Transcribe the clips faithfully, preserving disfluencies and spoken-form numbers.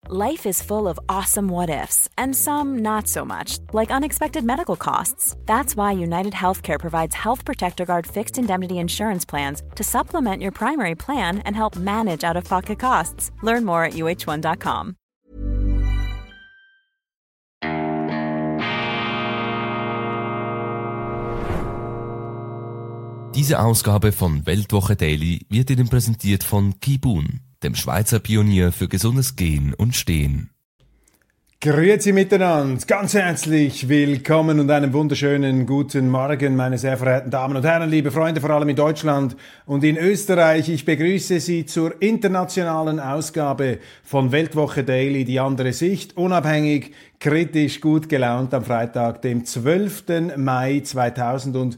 Life is full of awesome what-ifs, and some not so much, like unexpected medical costs. That's why United Healthcare provides Health Protector Guard fixed indemnity insurance plans to supplement your primary plan and help manage out-of-pocket costs. Learn more at U H one dot com. Diese Ausgabe von Weltwoche Daily wird Ihnen präsentiert von Kibun, dem Schweizer Pionier für gesundes Gehen und Stehen. Grüezi miteinander, ganz herzlich willkommen und einen wunderschönen guten Morgen, meine sehr verehrten Damen und Herren, liebe Freunde, vor allem in Deutschland und in Österreich. Ich begrüße Sie zur internationalen Ausgabe von Weltwoche Daily, die andere Sicht, unabhängig, kritisch, gut gelaunt am Freitag, dem zwölften Mai zweitausenddreiundzwanzig,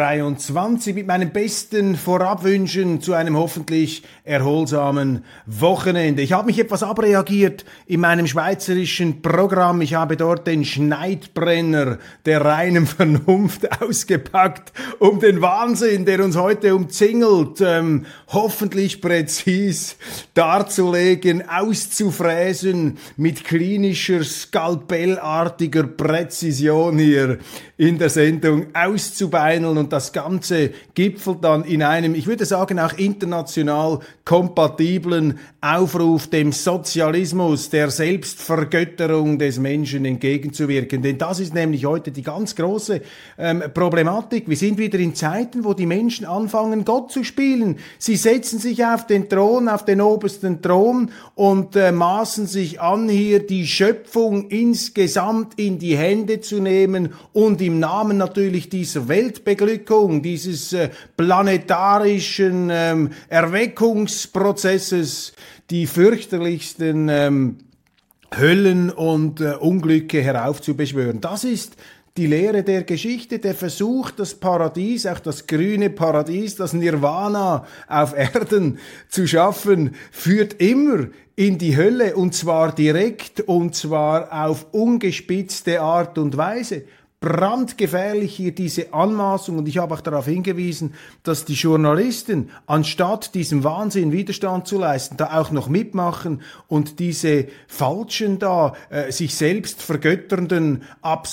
mit meinen besten Vorabwünschen zu einem hoffentlich erholsamen Wochenende. Ich habe mich etwas abreagiert in meinem schweizerischen Programm. Ich habe dort den Schneidbrenner der reinen Vernunft ausgepackt, um den Wahnsinn, der uns heute umzingelt, ähm, hoffentlich präzis darzulegen, auszufräsen, mit klinischer, skalpellartiger Präzision hier in der Sendung auszubeineln. Und das Ganze gipfelt dann in einem, ich würde sagen, auch international kompatiblen Aufruf, dem Sozialismus, der Selbstvergötterung des Menschen entgegenzuwirken. Denn das ist nämlich heute die ganz große ähm, Problematik. Wir sind wieder in Zeiten, wo die Menschen anfangen, Gott zu spielen. Sie setzen sich auf den Thron, auf den obersten Thron und äh, maßen sich an, hier die Schöpfung insgesamt in die Hände zu nehmen und im Namen natürlich dieser Weltbeglückung, dieses äh, planetarischen ähm, Erweckungsprozesses, die fürchterlichsten ähm, Höllen und äh, Unglücke heraufzubeschwören. Das ist die Lehre der Geschichte, der Versuch, das Paradies, auch das grüne Paradies, das Nirvana auf Erden zu schaffen, führt immer in die Hölle, und zwar direkt, und zwar auf ungespitzte Art und Weise. Brandgefährlich hier diese Anmaßung, und ich habe auch darauf hingewiesen, dass die Journalisten, anstatt diesem Wahnsinn Widerstand zu leisten, da auch noch mitmachen und diese falschen da, äh, sich selbst vergötternden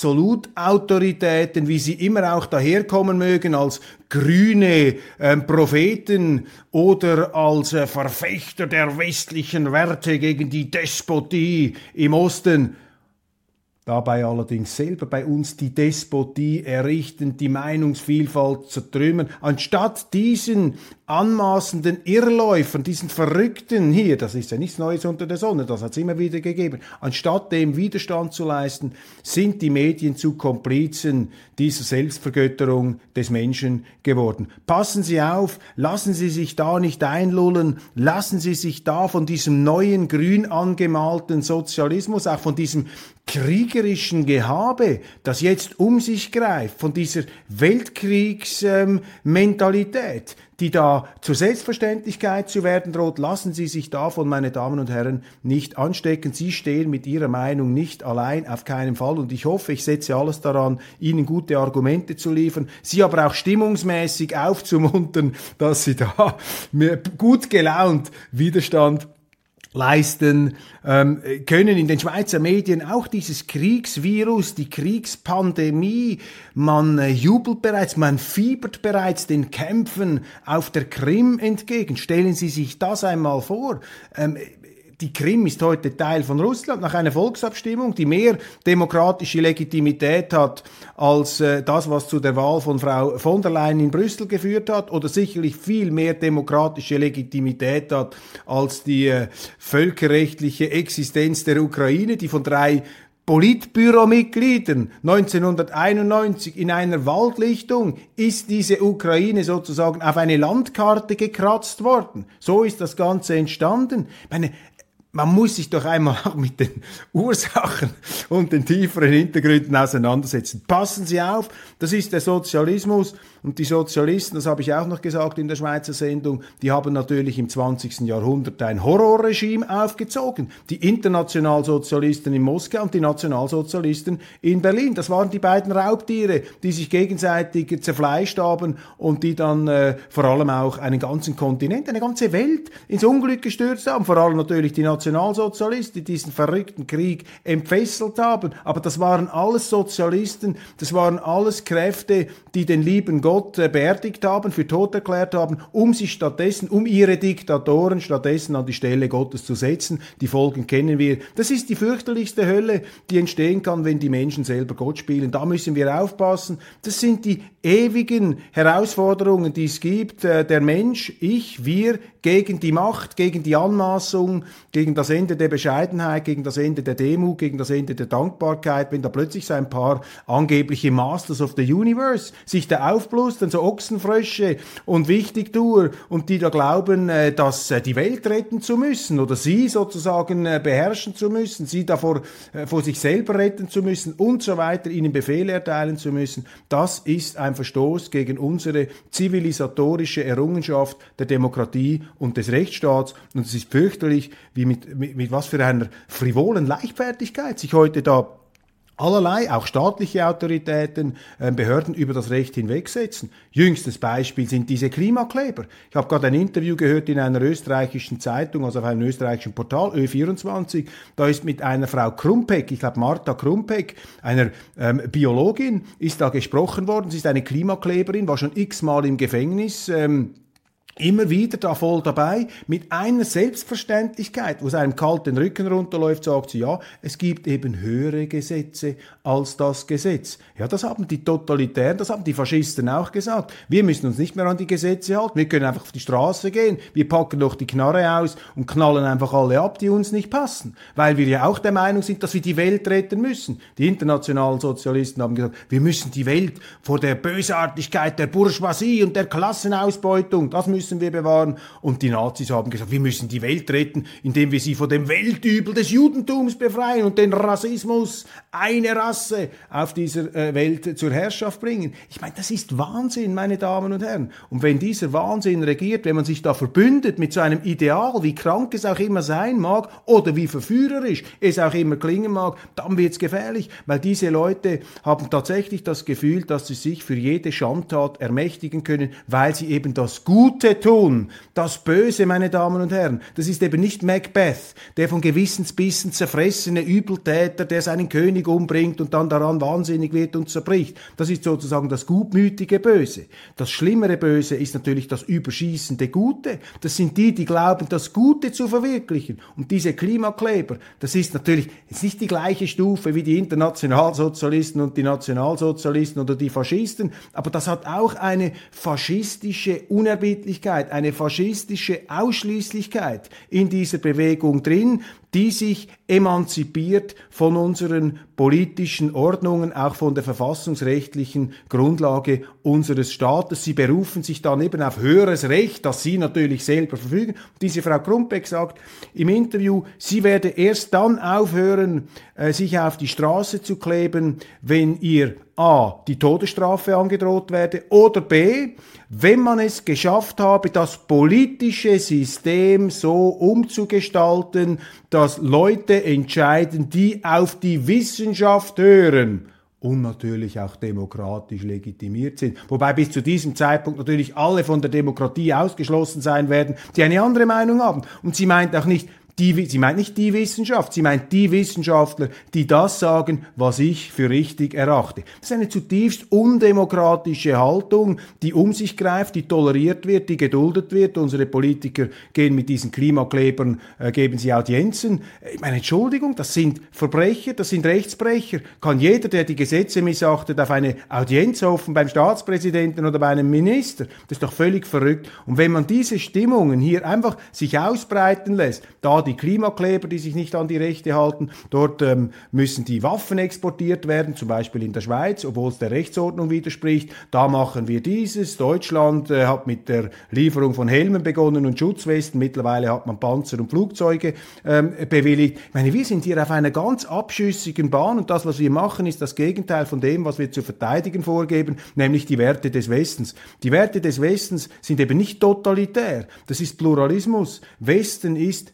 Absolutautoritäten, wie sie immer auch daherkommen mögen, als grüne äh, Propheten oder als äh, Verfechter der westlichen Werte gegen die Despotie im Osten, dabei allerdings selber bei uns die Despotie errichten, die Meinungsvielfalt zertrümmern. Anstatt diesen anmaßenden Irrläufern, diesen Verrückten hier, das ist ja nichts Neues unter der Sonne, das hat es immer wieder gegeben, anstatt dem Widerstand zu leisten, sind die Medien zu Komplizen dieser Selbstvergötterung des Menschen geworden. Passen Sie auf, lassen Sie sich da nicht einlullen, lassen Sie sich da von diesem neuen grün angemalten Sozialismus, auch von diesem kriegerischen Gehabe, das jetzt um sich greift, von dieser Weltkriegsmentalität, ähm, die da zur Selbstverständlichkeit zu werden droht, lassen Sie sich davon, meine Damen und Herren, nicht anstecken. Sie stehen mit Ihrer Meinung nicht allein, auf keinen Fall. Und ich hoffe, ich setze alles daran, Ihnen gute Argumente zu liefern, Sie aber auch stimmungsmäßig aufzumuntern, dass Sie da gut gelaunt Widerstand leisten ähm, können. In den Schweizer Medien auch dieses Kriegsvirus, die Kriegspandemie. Man äh, jubelt bereits, man fiebert bereits den Kämpfen auf der Krim entgegen. Stellen Sie sich das einmal vor. Ähm, Die Krim ist heute Teil von Russland nach einer Volksabstimmung, die mehr demokratische Legitimität hat als äh, das, was zu der Wahl von Frau von der Leyen in Brüssel geführt hat, oder sicherlich viel mehr demokratische Legitimität hat als die äh, völkerrechtliche Existenz der Ukraine, die von drei Politbüromitgliedern neunzehnhunderteinundneunzig in einer Waldlichtung ist diese Ukraine sozusagen auf eine Landkarte gekratzt worden. So ist das Ganze entstanden. Ich meine, man muss sich doch einmal auch mit den Ursachen und den tieferen Hintergründen auseinandersetzen. Passen Sie auf, das ist der Sozialismus, und die Sozialisten, das habe ich auch noch gesagt in der Schweizer Sendung, die haben natürlich im zwanzigsten Jahrhundert ein Horrorregime aufgezogen. Die Internationalsozialisten in Moskau und die Nationalsozialisten in Berlin. Das waren die beiden Raubtiere, die sich gegenseitig zerfleischt haben und die dann äh, vor allem auch einen ganzen Kontinent, eine ganze Welt ins Unglück gestürzt haben. Vor allem natürlich die Nationalsozialisten Nationalsozialisten, die diesen verrückten Krieg entfesselt haben. Aber das waren alles Sozialisten, das waren alles Kräfte, die den lieben Gott äh, beerdigt haben, für tot erklärt haben, um sich stattdessen, um ihre Diktatoren stattdessen an die Stelle Gottes zu setzen. Die Folgen kennen wir. Das ist die fürchterlichste Hölle, die entstehen kann, wenn die Menschen selber Gott spielen. Da müssen wir aufpassen. Das sind die ewigen Herausforderungen, die es gibt. Äh, der Mensch, ich, wir, gegen die Macht, gegen die Anmaßung, gegen das Ende der Bescheidenheit, gegen das Ende der Demut, gegen das Ende der Dankbarkeit, wenn da plötzlich so ein paar angebliche Masters of the Universe sich da aufblustern, so Ochsenfrösche und Wichtigtuer, und die da glauben, dass die Welt retten zu müssen oder sie sozusagen beherrschen zu müssen, sie davor vor sich selber retten zu müssen und so weiter, ihnen Befehle erteilen zu müssen. Das ist ein Verstoß gegen unsere zivilisatorische Errungenschaft der Demokratie und des Rechtsstaats, und es ist fürchterlich, wie mit, mit, mit was für einer frivolen Leichtfertigkeit sich heute da allerlei, auch staatliche Autoritäten, äh, Behörden über das Recht hinwegsetzen. Jüngstes Beispiel sind diese Klimakleber. Ich habe gerade ein Interview gehört in einer österreichischen Zeitung, also auf einem österreichischen Portal, Ö vierundzwanzig. Da ist mit einer Frau Krumpeck, ich glaube Martha Krumpeck, einer ähm, Biologin, ist da gesprochen worden. Sie ist eine Klimakleberin, war schon x-mal im Gefängnis, ähm, immer wieder da voll dabei, mit einer Selbstverständlichkeit, wo es einem kalt den Rücken runterläuft, sagt sie, ja, es gibt eben höhere Gesetze als das Gesetz. Ja, das haben die Totalitären, das haben die Faschisten auch gesagt. Wir müssen uns nicht mehr an die Gesetze halten, wir können einfach auf die Straße gehen, wir packen doch die Knarre aus und knallen einfach alle ab, die uns nicht passen. Weil wir ja auch der Meinung sind, dass wir die Welt retten müssen. Die internationalen Sozialisten haben gesagt, wir müssen die Welt vor der Bösartigkeit der Bourgeoisie und der Klassenausbeutung, das müssen wir bewahren. Und die Nazis haben gesagt, wir müssen die Welt retten, indem wir sie von dem Weltübel des Judentums befreien und den Rassismus, eine Rasse, auf dieser äh, Welt zur Herrschaft bringen. Ich meine, das ist Wahnsinn, meine Damen und Herren. Und wenn dieser Wahnsinn regiert, wenn man sich da verbündet mit so einem Ideal, wie krank es auch immer sein mag oder wie verführerisch es auch immer klingen mag, dann wird es gefährlich, weil diese Leute haben tatsächlich das Gefühl, dass sie sich für jede Schandtat ermächtigen können, weil sie eben das Gute tun. Das Böse, meine Damen und Herren, das ist eben nicht Macbeth, der von Gewissensbissen zerfressene Übeltäter, der seinen König umbringt und dann daran wahnsinnig wird und zerbricht. Das ist sozusagen das gutmütige Böse. Das schlimmere Böse ist natürlich das überschießende Gute. Das sind die, die glauben, das Gute zu verwirklichen. Und diese Klimakleber, das ist natürlich jetzt nicht die gleiche Stufe wie die Internationalsozialisten und die Nationalsozialisten oder die Faschisten, aber das hat auch eine faschistische Unerbittlichkeit, eine faschistische Ausschließlichkeit in dieser Bewegung drin, die sich emanzipiert von unseren politischen Ordnungen, auch von der verfassungsrechtlichen Grundlage unseres Staates. Sie berufen sich dann eben auf höheres Recht, das sie natürlich selber verfügen. Diese Frau Krumpeck sagt im Interview, sie werde erst dann aufhören, sich auf die Straße zu kleben, wenn ihr A, die Todesstrafe angedroht werde, oder B, wenn man es geschafft habe, das politische System so umzugestalten, dass Leute entscheiden, die auf die Wissenschaft hören und natürlich auch demokratisch legitimiert sind. Wobei bis zu diesem Zeitpunkt natürlich alle von der Demokratie ausgeschlossen sein werden, die eine andere Meinung haben. Und sie meint auch nicht, Die, sie meint nicht die Wissenschaft, sie meint die Wissenschaftler, die das sagen, was ich für richtig erachte. Das ist eine zutiefst undemokratische Haltung, die um sich greift, die toleriert wird, die geduldet wird. Unsere Politiker gehen mit diesen Klimaklebern, äh, geben sie Audienzen. Ich meine, Entschuldigung, das sind Verbrecher, das sind Rechtsbrecher. Kann jeder, der die Gesetze missachtet, auf eine Audienz hoffen beim Staatspräsidenten oder bei einem Minister? Das ist doch völlig verrückt. Und wenn man diese Stimmungen hier einfach sich ausbreiten lässt, da die Klimakleber, die sich nicht an die Rechte halten. Dort ähm, müssen die Waffen exportiert werden, zum Beispiel in der Schweiz, obwohl es der Rechtsordnung widerspricht. Da machen wir dieses. Deutschland äh, hat mit der Lieferung von Helmen begonnen und Schutzwesten. Mittlerweile hat man Panzer und Flugzeuge ähm, bewilligt. Ich meine, wir sind hier auf einer ganz abschüssigen Bahn und das, was wir machen, ist das Gegenteil von dem, was wir zu verteidigen vorgeben, nämlich die Werte des Westens. Die Werte des Westens sind eben nicht totalitär. Das ist Pluralismus. Westen ist für mich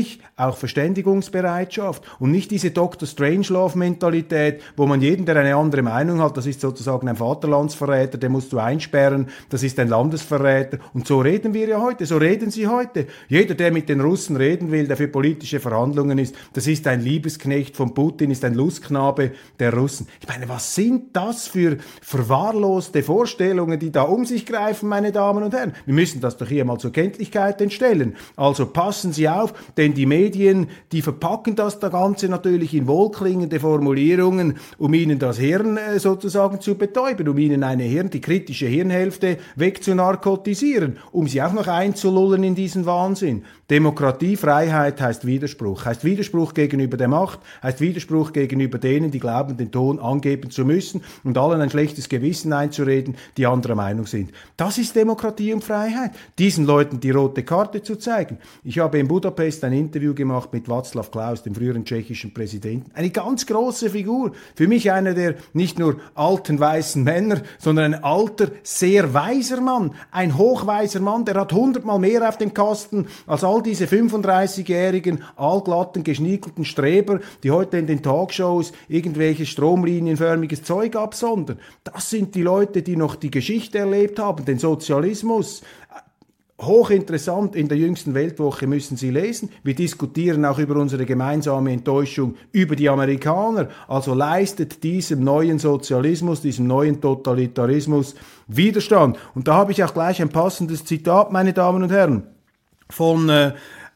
natürlich auch Verständigungsbereitschaft und nicht diese Doktor Strangelove-Mentalität, wo man jeden, der eine andere Meinung hat, das ist sozusagen ein Vaterlandsverräter, den musst du einsperren, das ist ein Landesverräter. Und so reden wir ja heute, so reden sie heute. Jeder, der mit den Russen reden will, der für politische Verhandlungen ist, das ist ein Liebesknecht von Putin, ist ein Lustknabe der Russen. Ich meine, was sind das für verwahrloste Vorstellungen, die da um sich greifen, meine Damen und Herren? Wir müssen das doch hier mal zur Kenntlichkeit entstellen. Also passen Sie auf, denn die Medien, die verpacken das da Ganze natürlich in wohlklingende Formulierungen, um Ihnen das Hirn äh, sozusagen zu betäuben, um Ihnen eine Hirn, die kritische Hirnhälfte wegzunarkotisieren, um Sie auch noch einzulullen in diesen Wahnsinn. Demokratie, Freiheit heißt Widerspruch. Heißt Widerspruch gegenüber der Macht, heißt Widerspruch gegenüber denen, die glauben, den Ton angeben zu müssen und allen ein schlechtes Gewissen einzureden, die anderer Meinung sind. Das ist Demokratie und Freiheit. Diesen Leuten die rote Karte zu zeigen. Ich habe in Budapest ein Interview gemacht mit Václav Klaus, dem früheren tschechischen Präsidenten. Eine ganz große Figur. Für mich einer der nicht nur alten weißen Männer, sondern ein alter, sehr weiser Mann. Ein hochweiser Mann, der hat hundertmal mehr auf dem Kasten als all diese fünfunddreißigjährigen, allglatten, geschniegelten Streber, die heute in den Talkshows irgendwelches stromlinienförmiges Zeug absondern. Das sind die Leute, die noch die Geschichte erlebt haben, den Sozialismus. Hochinteressant, in der jüngsten Weltwoche müssen Sie lesen. Wir diskutieren auch über unsere gemeinsame Enttäuschung über die Amerikaner. Also leistet diesem neuen Sozialismus, diesem neuen Totalitarismus Widerstand. Und da habe ich auch gleich ein passendes Zitat, meine Damen und Herren, von äh,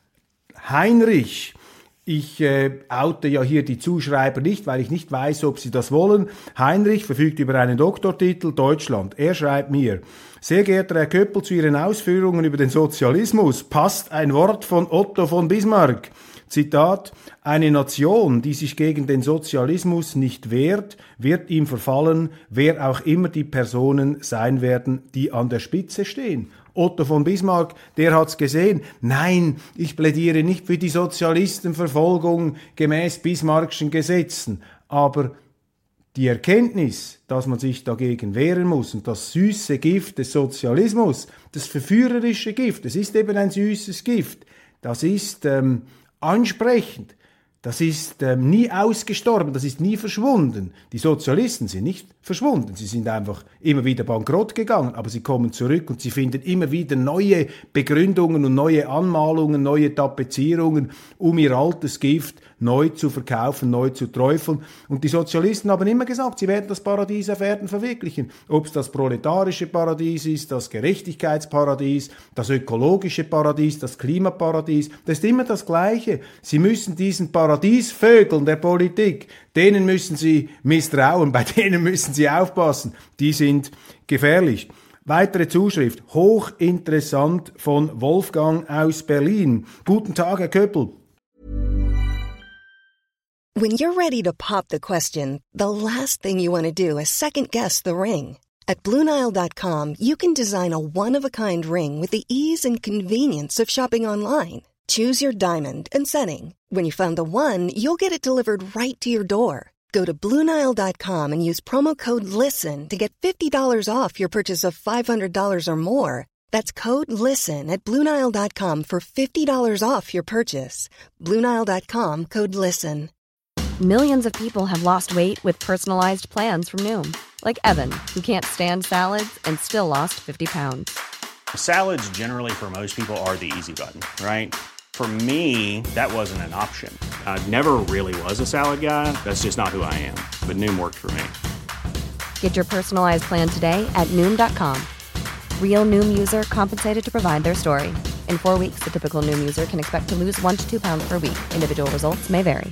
Heinrich. Ich äh, oute ja hier die Zuschreiber nicht, weil ich nicht weiß, ob sie das wollen. Heinrich verfügt über einen Doktortitel Deutschland. Er schreibt mir: Sehr geehrter Herr Köppel, zu Ihren Ausführungen über den Sozialismus passt ein Wort von Otto von Bismarck. Zitat: Eine Nation, die sich gegen den Sozialismus nicht wehrt, wird ihm verfallen, wer auch immer die Personen sein werden, die an der Spitze stehen. Otto von Bismarck, der hat's gesehen. Nein, ich plädiere nicht für die Sozialistenverfolgung gemäß Bismarckschen Gesetzen, aber die Erkenntnis, dass man sich dagegen wehren muss und das süße Gift des Sozialismus, das verführerische Gift, es ist eben ein süßes Gift, das ist ähm, ansprechend, das ist ähm, nie ausgestorben, das ist nie verschwunden. Die Sozialisten sind nicht verschwunden, sie sind einfach immer wieder bankrott gegangen, aber sie kommen zurück und sie finden immer wieder neue Begründungen und neue Anmalungen, neue Tapezierungen, um ihr altes Gift neu zu verkaufen, neu zu träufeln. Und die Sozialisten haben immer gesagt, sie werden das Paradies auf Erden verwirklichen. Ob es das proletarische Paradies ist, das Gerechtigkeitsparadies, das ökologische Paradies, das Klimaparadies, das ist immer das Gleiche. Sie müssen diesen Paradiesvögeln der Politik, denen müssen sie misstrauen, bei denen müssen sie aufpassen. Die sind gefährlich. Weitere Zuschrift, hochinteressant von Wolfgang aus Berlin. Guten Tag, Herr Köppel. When you're ready to pop the question, the last thing you want to do is second-guess the ring. At Blue Nile dot com, you can design a one-of-a-kind ring with the ease and convenience of shopping online. Choose your diamond and setting. When you find the one, you'll get it delivered right to your door. Go to Blue Nile dot com and use promo code LISTEN to get fifty dollars off your purchase of five hundred dollars or more. That's code LISTEN at Blue Nile dot com for fifty dollars off your purchase. Blue Nile dot com, code LISTEN. Millions of people have lost weight with personalized plans from Noom. Like Evan, who can't stand salads and still lost fifty pounds. Salads generally for most people are the easy button, right? For me, that wasn't an option. I never really was a salad guy. That's just not who I am. But Noom worked for me. Get your personalized plan today at Noom dot com. Real Noom user compensated to provide their story. In four weeks, the typical Noom user can expect to lose one to two pounds per week. Individual results may vary.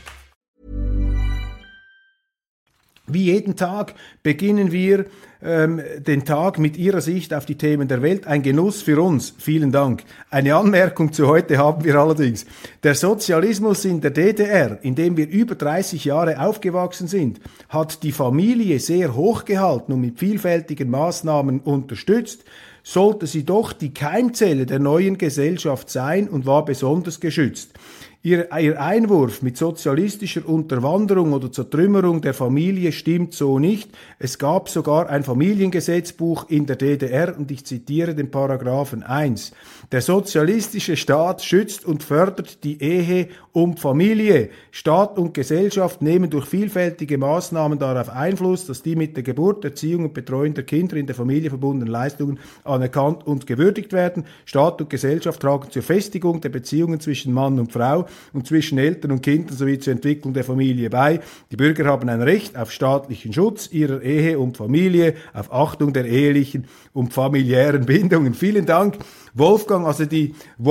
Wie jeden Tag beginnen wir ähm, den Tag mit Ihrer Sicht auf die Themen der Welt. Ein Genuss für uns. Vielen Dank. Eine Anmerkung zu heute haben wir allerdings. Der Sozialismus in der D D R, in dem wir über dreißig Jahre aufgewachsen sind, hat die Familie sehr hochgehalten und mit vielfältigen Maßnahmen unterstützt, sollte sie doch die Keimzelle der neuen Gesellschaft sein und war besonders geschützt. Ihr, ihr Einwurf mit sozialistischer Unterwanderung oder Zertrümmerung der Familie stimmt so nicht. Es gab sogar ein Familiengesetzbuch in der D D R und ich zitiere den Paragraphen eins. Der sozialistische Staat schützt und fördert die Ehe und Familie. Staat und Gesellschaft nehmen durch vielfältige Maßnahmen darauf Einfluss, dass die mit der Geburt, Erziehung und Betreuung der Kinder in der Familie verbundenen Leistungen anerkannt und gewürdigt werden. Staat und Gesellschaft tragen zur Festigung der Beziehungen zwischen Mann und Frau und zwischen Eltern und Kindern sowie zur Entwicklung der Familie bei. Die Bürger haben ein Recht auf staatlichen Schutz ihrer Ehe und Familie, auf Achtung der ehelichen und familiären Bindungen. Vielen Dank, Wolfgang. Also die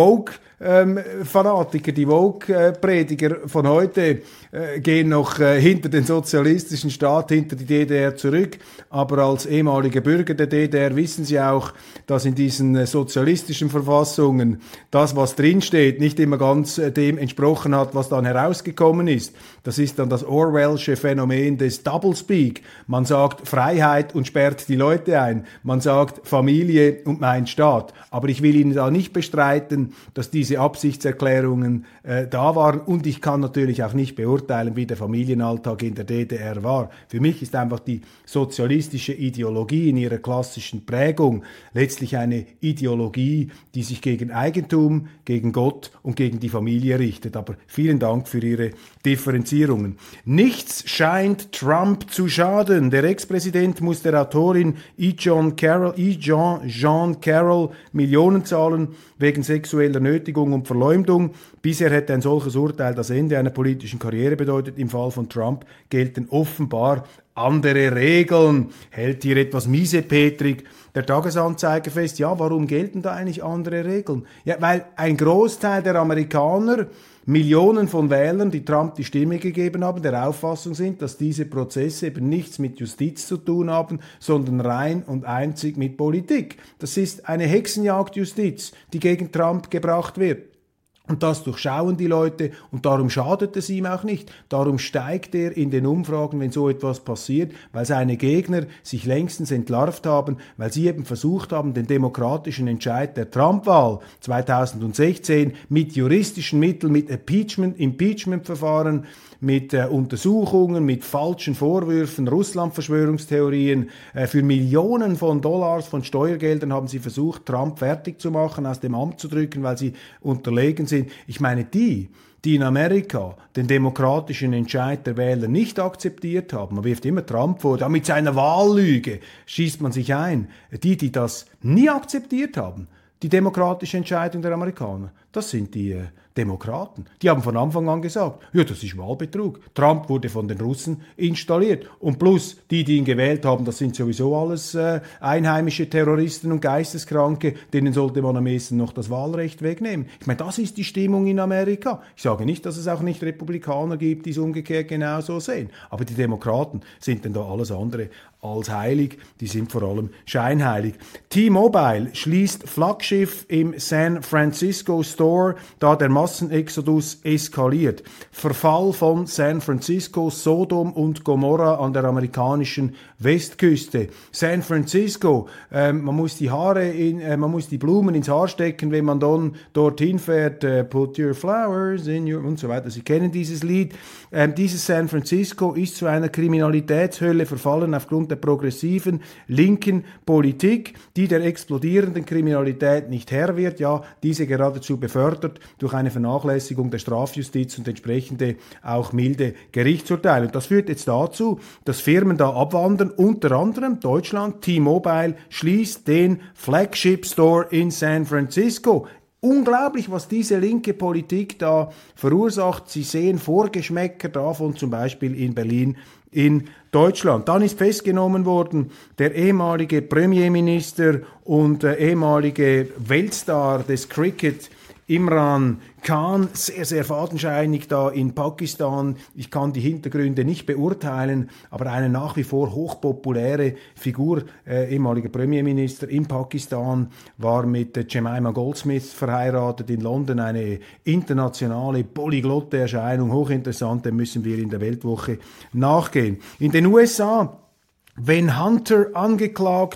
Woke-Fanatiker, die Woke-Prediger von heute äh, gehen noch äh, hinter den sozialistischen Staat, hinter die D D R zurück. Aber als ehemalige Bürger der D D R wissen sie auch, dass in diesen äh, sozialistischen Verfassungen das, was drinsteht, nicht immer ganz äh, dem entsprochen hat, was dann herausgekommen ist. Das ist dann das Orwellsche Phänomen des Doublespeak. Man sagt Freiheit und sperrt die Leute ein. Man sagt Familie und mein Staat. Aber ich will Ihnen da nicht bestreiten, dass diese Absichtserklärungen äh, da waren. Und ich kann natürlich auch nicht beurteilen, wie der Familienalltag in der D D R war. Für mich ist einfach die sozialistische Ideologie in ihrer klassischen Prägung letztlich eine Ideologie, die sich gegen Eigentum, gegen Gott und gegen die Familie richtet. Aber vielen Dank für Ihre Differenzierungen. Nichts scheint Trump zu schaden. Der Ex-Präsident muss der Autorin E. John Carroll, E. John, Jean Carroll Millionen zahlen wegen sexueller Nötigung und Verleumdung. Bisher hätte ein solches Urteil das Ende einer politischen Karriere bedeutet. Im Fall von Trump gelten offenbar andere Regeln. Hält hier etwas miesepetrig der Tagesanzeiger fest. Ja, warum gelten da eigentlich andere Regeln? Ja, weil ein Großteil der Amerikaner, Millionen von Wählern, die Trump die Stimme gegeben haben, der Auffassung sind, dass diese Prozesse eben nichts mit Justiz zu tun haben, sondern rein und einzig mit Politik. Das ist eine Hexenjagdjustiz, die gegen Trump gebracht wird. Und das durchschauen die Leute und darum schadet es ihm auch nicht. Darum steigt er in den Umfragen, wenn so etwas passiert, weil seine Gegner sich längstens entlarvt haben, weil sie eben versucht haben, den demokratischen Entscheid der Trump-Wahl zweitausendsechzehn mit juristischen Mitteln, mit Impeachment, Impeachment-Verfahren, mit äh, Untersuchungen, mit falschen Vorwürfen, Russland-Verschwörungstheorien, äh, für Millionen von Dollars von Steuergeldern haben sie versucht, Trump fertig zu machen, aus dem Amt zu drücken, weil sie unterlegen sind. Ich meine, die, die in Amerika den demokratischen Entscheid der Wähler nicht akzeptiert haben, man wirft immer Trump vor, da mit seiner Wahllüge schießt man sich ein, die, die das nie akzeptiert haben, die demokratische Entscheidung der Amerikaner, das sind die äh, Demokraten. Die haben von Anfang an gesagt, ja, das ist Wahlbetrug. Trump wurde von den Russen installiert. Und plus, die, die ihn gewählt haben, das sind sowieso alles äh, einheimische Terroristen und Geisteskranke, denen sollte man am ehesten noch das Wahlrecht wegnehmen. Ich meine, das ist die Stimmung in Amerika. Ich sage nicht, dass es auch nicht Republikaner gibt, die es umgekehrt genauso sehen. Aber die Demokraten sind denn da alles andere als heilig. Die sind vor allem scheinheilig. T-Mobile schließt Flaggschiff im San Francisco Store, da der Massenexodus eskaliert. Verfall von San Francisco, Sodom und Gomorra an der amerikanischen Westküste. San Francisco, äh, man muss die Haare in, äh, man muss die Blumen ins Haar stecken, wenn man dann dorthin fährt. Äh, put your flowers in your und so weiter. Sie kennen dieses Lied. Ähm, dieses San Francisco ist zu einer Kriminalitätshölle verfallen aufgrund der progressiven linken Politik, die der explodierenden Kriminalität nicht Herr wird, ja, diese geradezu befördert durch eine Vernachlässigung der Strafjustiz und entsprechende auch milde Gerichtsurteile. Und das führt jetzt dazu, dass Firmen da abwandern, unter anderem Deutschland. T-Mobile schließt den Flagship Store in San Francisco. Unglaublich, was diese linke Politik da verursacht. Sie sehen Vorgeschmäcker davon, zum Beispiel in Berlin, in Deutschland. Dann ist festgenommen worden der ehemalige Premierminister und äh, ehemalige Weltstar des Cricket, Imran Khan, sehr, sehr fadenscheinig da in Pakistan. Ich kann die Hintergründe nicht beurteilen, aber eine nach wie vor hochpopuläre Figur, äh, ehemaliger Premierminister in Pakistan, war mit äh, Jemima Goldsmith verheiratet in London, eine internationale polyglotte Erscheinung, hochinteressant, dem müssen wir in der Weltwoche nachgehen. In den U S A, wenn Hunter angeklagt,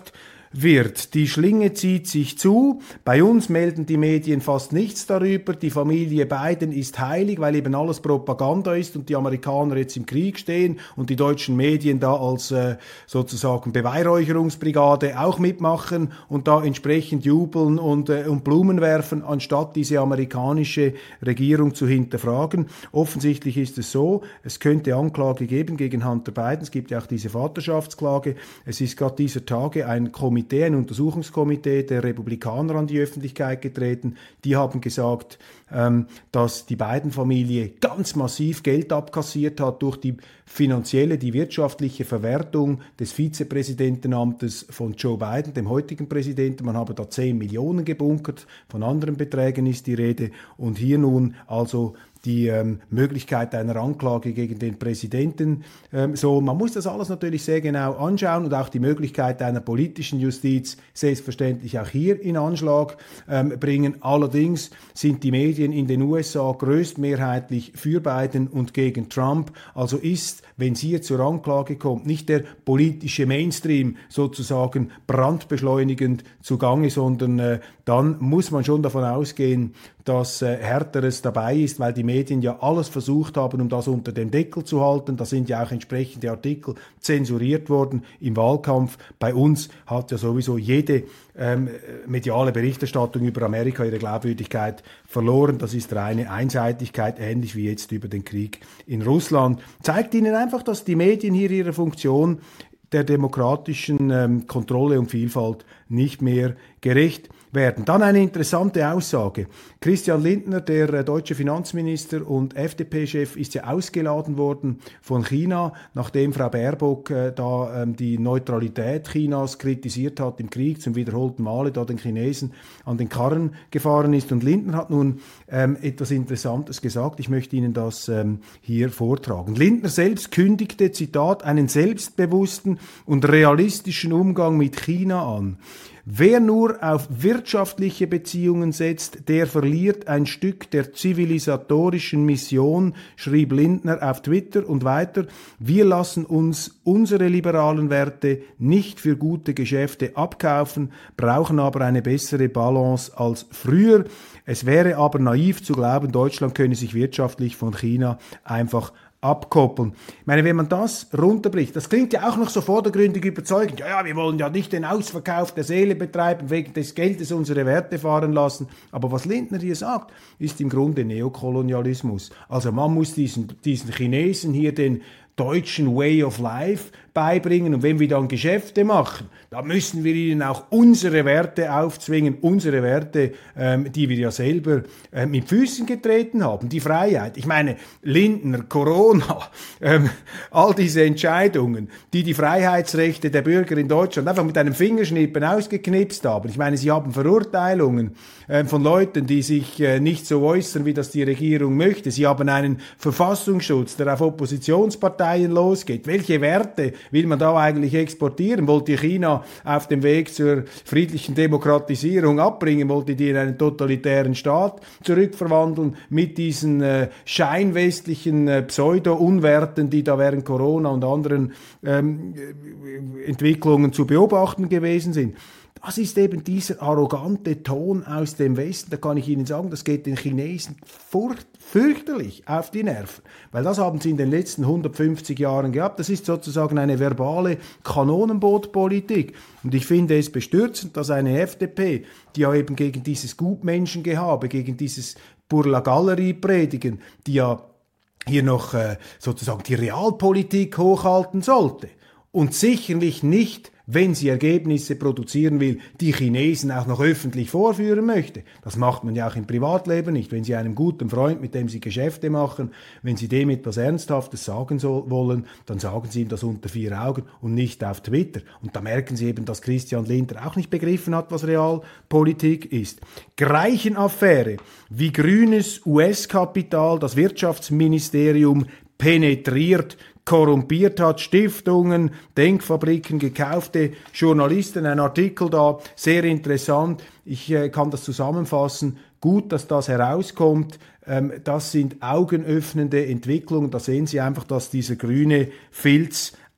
wird. Die Schlinge zieht sich zu. Bei uns melden die Medien fast nichts darüber. Die Familie Biden ist heilig, weil eben alles Propaganda ist und die Amerikaner jetzt im Krieg stehen und die deutschen Medien da als äh, sozusagen Beweihräucherungsbrigade auch mitmachen und da entsprechend jubeln und, äh, und Blumen werfen, anstatt diese amerikanische Regierung zu hinterfragen. Offensichtlich ist es so, es könnte Anklage geben gegen Hunter Biden. Es gibt ja auch diese Vaterschaftsklage. Es ist gerade dieser Tage ein Komitee, ein Untersuchungskomitee der Republikaner an die Öffentlichkeit getreten. Die haben gesagt, ähm, dass die Biden-Familie ganz massiv Geld abkassiert hat durch die finanzielle, die wirtschaftliche Verwertung des Vizepräsidentenamtes von Joe Biden, dem heutigen Präsidenten. Man habe da zehn Millionen gebunkert, von anderen Beträgen ist die Rede. Und hier nun also die ähm, Möglichkeit einer Anklage gegen den Präsidenten. Ähm, so, man muss das alles natürlich sehr genau anschauen und auch die Möglichkeit einer politischen Justiz selbstverständlich auch hier in Anschlag ähm, bringen. Allerdings sind die Medien in den U S A größtmehrheitlich für Biden und gegen Trump. Also ist, wenn es hier zur Anklage kommt, nicht der politische Mainstream sozusagen brandbeschleunigend zugange, sondern äh, dann muss man schon davon ausgehen, dass äh, Härteres dabei ist, weil die Medien ja alles versucht haben, um das unter dem Deckel zu halten. Da sind ja auch entsprechende Artikel zensuriert worden im Wahlkampf. Bei uns hat ja sowieso jede ähm, mediale Berichterstattung über Amerika ihre Glaubwürdigkeit verloren. Das ist reine Einseitigkeit, ähnlich wie jetzt über den Krieg in Russland. Zeigt Ihnen einfach, dass die Medien hier ihre Funktion der demokratischen ähm, Kontrolle und Vielfalt nicht mehr gerecht werden. Dann eine interessante Aussage. Christian Lindner, der äh, deutsche Finanzminister und F D P-Chef, ist ja ausgeladen worden von China, nachdem Frau Baerbock äh, da ähm, die Neutralität Chinas kritisiert hat im Krieg, zum wiederholten Male da den Chinesen an den Karren gefahren ist. Und Lindner hat nun ähm, etwas Interessantes gesagt. Ich möchte Ihnen das ähm, hier vortragen. Lindner selbst kündigte, Zitat, einen selbstbewussten und realistischen Umgang mit China an. Wer nur auf wirtschaftliche Beziehungen setzt, der verliert ein Stück der zivilisatorischen Mission, schrieb Lindner auf Twitter und weiter. Wir lassen uns unsere liberalen Werte nicht für gute Geschäfte abkaufen, brauchen aber eine bessere Balance als früher. Es wäre aber naiv zu glauben, Deutschland könne sich wirtschaftlich von China einfach abkoppeln. Ich meine, wenn man das runterbricht, das klingt ja auch noch so vordergründig überzeugend. Ja, ja, wir wollen ja nicht den Ausverkauf der Seele betreiben, wegen des Geldes unsere Werte fahren lassen. Aber was Lindner hier sagt, ist im Grunde Neokolonialismus. Also man muss diesen, diesen Chinesen hier den deutschen Way of Life beibringen. Und wenn wir dann Geschäfte machen, dann müssen wir ihnen auch unsere Werte aufzwingen, unsere Werte, ähm, die wir ja selber äh, mit Füßen getreten haben, die Freiheit. Ich meine, Lindner, Corona, ähm, all diese Entscheidungen, die die Freiheitsrechte der Bürger in Deutschland einfach mit einem Fingerschnippen ausgeknipst haben. Ich meine, sie haben Verurteilungen äh, von Leuten, die sich äh, nicht so äußern, wie das die Regierung möchte. Sie haben einen Verfassungsschutz, der auf Oppositionsparteien losgeht. Welche Werte will man da eigentlich exportieren? Wollt ihr China auf dem Weg zur friedlichen Demokratisierung abbringen? Wollt ihr die in einen totalitären Staat zurückverwandeln mit diesen äh, scheinwestlichen äh, Pseudo-Unwerten, die da während Corona und anderen ähm, Entwicklungen zu beobachten gewesen sind? Das ist eben dieser arrogante Ton aus dem Westen. Da kann ich Ihnen sagen, das geht den Chinesen furcht, fürchterlich auf die Nerven. Weil das haben sie in den letzten hundertfünfzig Jahren gehabt. Das ist sozusagen eine verbale Kanonenbootpolitik. Und ich finde es bestürzend, dass eine F D P, die ja eben gegen dieses Gutmenschengehabe, gegen dieses Burla-Galerie predigen, die ja hier noch äh, sozusagen die Realpolitik hochhalten sollte und sicherlich nicht, wenn sie Ergebnisse produzieren will, die Chinesen auch noch öffentlich vorführen möchte. Das macht man ja auch im Privatleben nicht. Wenn Sie einem guten Freund, mit dem Sie Geschäfte machen, wenn Sie dem etwas Ernsthaftes sagen soll, wollen, dann sagen Sie ihm das unter vier Augen und nicht auf Twitter. Und da merken Sie eben, dass Christian Lindner auch nicht begriffen hat, was Realpolitik ist. Greichen-Affäre, wie grünes U S-Kapital das Wirtschaftsministerium penetriert, korrumpiert hat, Stiftungen, Denkfabriken, gekaufte Journalisten, ein Artikel da, sehr interessant. Ich äh, kann das zusammenfassen. Gut, dass das herauskommt. Ähm, das sind augenöffnende Entwicklungen. Da sehen Sie einfach, dass dieser grüne Filz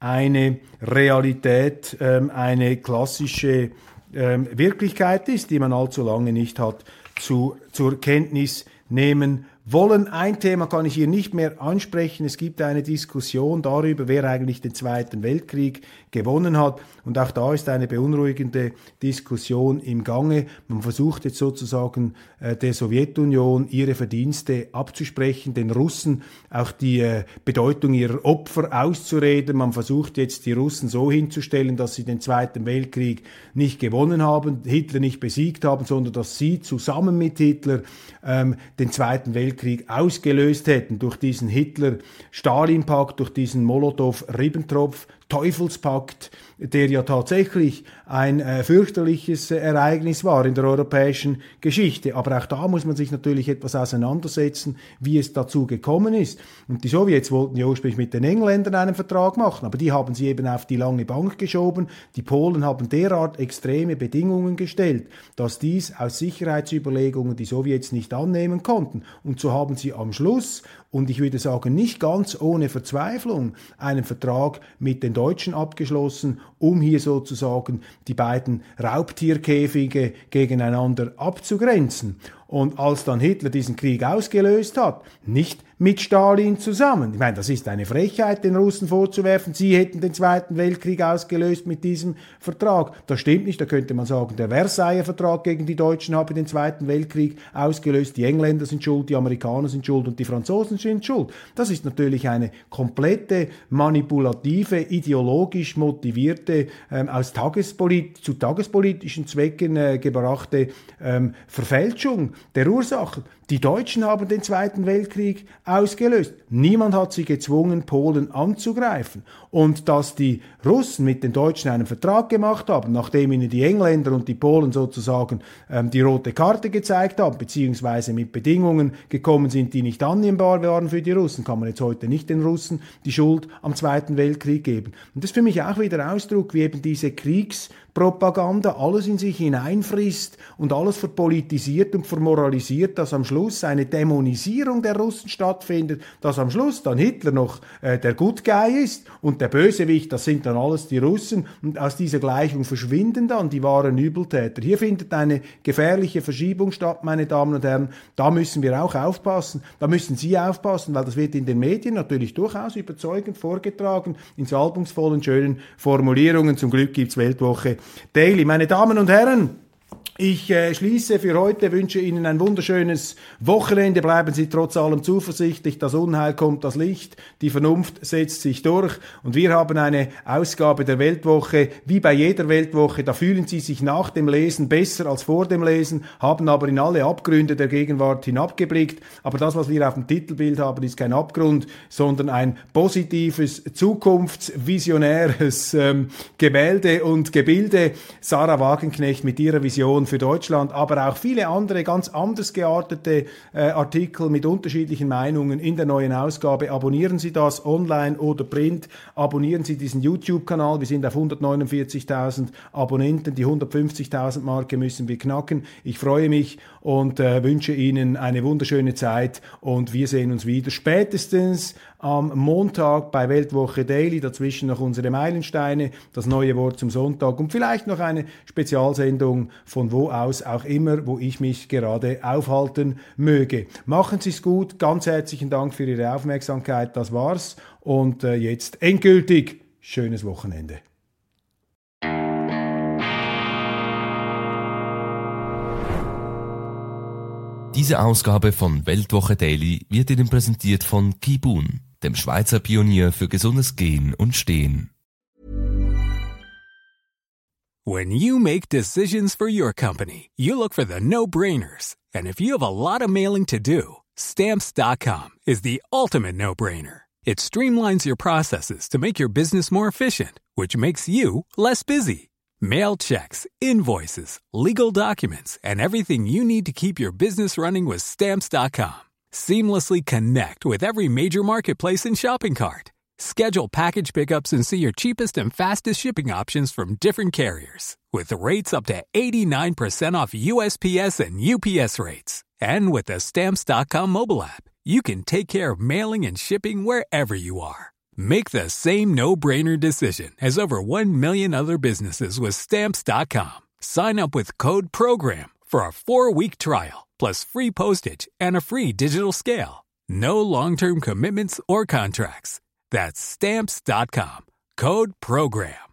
eine Realität, ähm, eine klassische ähm, Wirklichkeit ist, die man allzu lange nicht hat zu, zur Kenntnis nehmen wollen. Ein Thema kann ich hier nicht mehr ansprechen. Es gibt eine Diskussion darüber, wer eigentlich den Zweiten Weltkrieg gewonnen hat. Und auch da ist eine beunruhigende Diskussion im Gange. Man versucht jetzt sozusagen äh, der Sowjetunion ihre Verdienste abzusprechen, den Russen auch die äh, Bedeutung ihrer Opfer auszureden. Man versucht jetzt die Russen so hinzustellen, dass sie den Zweiten Weltkrieg nicht gewonnen haben, Hitler nicht besiegt haben, sondern dass sie zusammen mit Hitler ähm, den Zweiten Weltkrieg ausgelöst hätten durch diesen Hitler-Stalin-Pakt, durch diesen Molotow-Ribbentrop-Teufelspakt, der ja tatsächlich ein äh, fürchterliches äh, Ereignis war in der europäischen Geschichte. Aber auch da muss man sich natürlich etwas auseinandersetzen, wie es dazu gekommen ist. Und die Sowjets wollten ja ursprünglich mit den Engländern einen Vertrag machen, aber die haben sie eben auf die lange Bank geschoben. Die Polen haben derart extreme Bedingungen gestellt, dass dies aus Sicherheitsüberlegungen die Sowjets nicht annehmen konnten. Und so haben sie am Schluss, und ich würde sagen nicht ganz ohne Verzweiflung, einen Vertrag mit den Deutschen abgeschlossen, um hier sozusagen die beiden Raubtierkäfige gegeneinander abzugrenzen. Und als dann Hitler diesen Krieg ausgelöst hat, nicht mit Stalin zusammen. Ich meine, das ist eine Frechheit, den Russen vorzuwerfen, sie hätten den Zweiten Weltkrieg ausgelöst mit diesem Vertrag. Das stimmt nicht, da könnte man sagen, der Versailler Vertrag gegen die Deutschen habe den Zweiten Weltkrieg ausgelöst, die Engländer sind schuld, die Amerikaner sind schuld und die Franzosen sind schuld. Das ist natürlich eine komplette, manipulative, ideologisch motivierte, ähm, aus Tagespolit- zu tagespolitischen Zwecken äh, gebrachte ähm, Verfälschung der Ursachen. Die Deutschen haben den Zweiten Weltkrieg ausgelöst. Niemand hat sie gezwungen, Polen anzugreifen. Und dass die Russen mit den Deutschen einen Vertrag gemacht haben, nachdem ihnen die Engländer und die Polen sozusagen ähm, die rote Karte gezeigt haben, beziehungsweise mit Bedingungen gekommen sind, die nicht annehmbar waren für die Russen, kann man jetzt heute nicht den Russen die Schuld am Zweiten Weltkrieg geben. Und das ist für mich auch wieder Ausdruck, wie eben diese Kriegspropaganda alles in sich hineinfrisst und alles verpolitisiert und vermoralisiert, dass am Schluss eine Dämonisierung der Russen stattfindet, dass am Schluss dann Hitler noch äh, der Good Guy ist und der Bösewicht, das sind dann alles die Russen, und aus dieser Gleichung verschwinden dann die wahren Übeltäter. Hier findet eine gefährliche Verschiebung statt, meine Damen und Herren. Da müssen wir auch aufpassen, da müssen Sie aufpassen, weil das wird in den Medien natürlich durchaus überzeugend vorgetragen, in salbungsvollen, schönen Formulierungen. Zum Glück gibt's Weltwoche Daily. Meine Damen und Herren, ich äh, schließe für heute, wünsche Ihnen ein wunderschönes Wochenende. Bleiben Sie trotz allem zuversichtlich, das Unheil kommt das Licht, die Vernunft setzt sich durch und wir haben eine Ausgabe der Weltwoche, wie bei jeder Weltwoche, da fühlen Sie sich nach dem Lesen besser als vor dem Lesen, haben aber in alle Abgründe der Gegenwart hinabgeblickt. Aber das, was wir auf dem Titelbild haben, ist kein Abgrund, sondern ein positives, zukunftsvisionäres ähm, Gemälde und Gebilde. Sarah Wagenknecht mit ihrer Vision für Deutschland, aber auch viele andere ganz anders geartete äh, Artikel mit unterschiedlichen Meinungen in der neuen Ausgabe. Abonnieren Sie das online oder print. Abonnieren Sie diesen YouTube-Kanal. Wir sind auf hundertneunundvierzigtausend Abonnenten. Die hundertfünfzigtausend Marke müssen wir knacken. Ich freue mich und äh, wünsche Ihnen eine wunderschöne Zeit und wir sehen uns wieder spätestens am Montag bei Weltwoche Daily, dazwischen noch unsere Meilensteine, das neue Wort zum Sonntag und vielleicht noch eine Spezialsendung von wo aus auch immer, wo ich mich gerade aufhalten möge. Machen Sie es gut, ganz herzlichen Dank für Ihre Aufmerksamkeit, das war's und äh, jetzt endgültig schönes Wochenende. Diese Ausgabe von Weltwoche Daily wird Ihnen präsentiert von Kibun, dem Schweizer Pionier für gesundes Gehen und Stehen. When you make decisions for your company, you look for the no-brainers. And if you have a lot of mailing to do, Stamps dot com is the ultimate no-brainer. It streamlines your processes to make your business more efficient, which makes you less busy. Mail checks, invoices, legal documents, and everything you need to keep your business running with Stamps dot com. Seamlessly connect with every major marketplace and shopping cart. Schedule package pickups and see your cheapest and fastest shipping options from different carriers. With rates up to eighty-nine percent off U S P S and U P S rates. And with the Stamps dot com mobile app, you can take care of mailing and shipping wherever you are. Make the same no-brainer decision as over one million other businesses with Stamps dot com. Sign up with code PROGRAM for a four-week trial, plus free postage and a free digital scale. No long-term commitments or contracts. That's Stamps dot com. Code PROGRAM.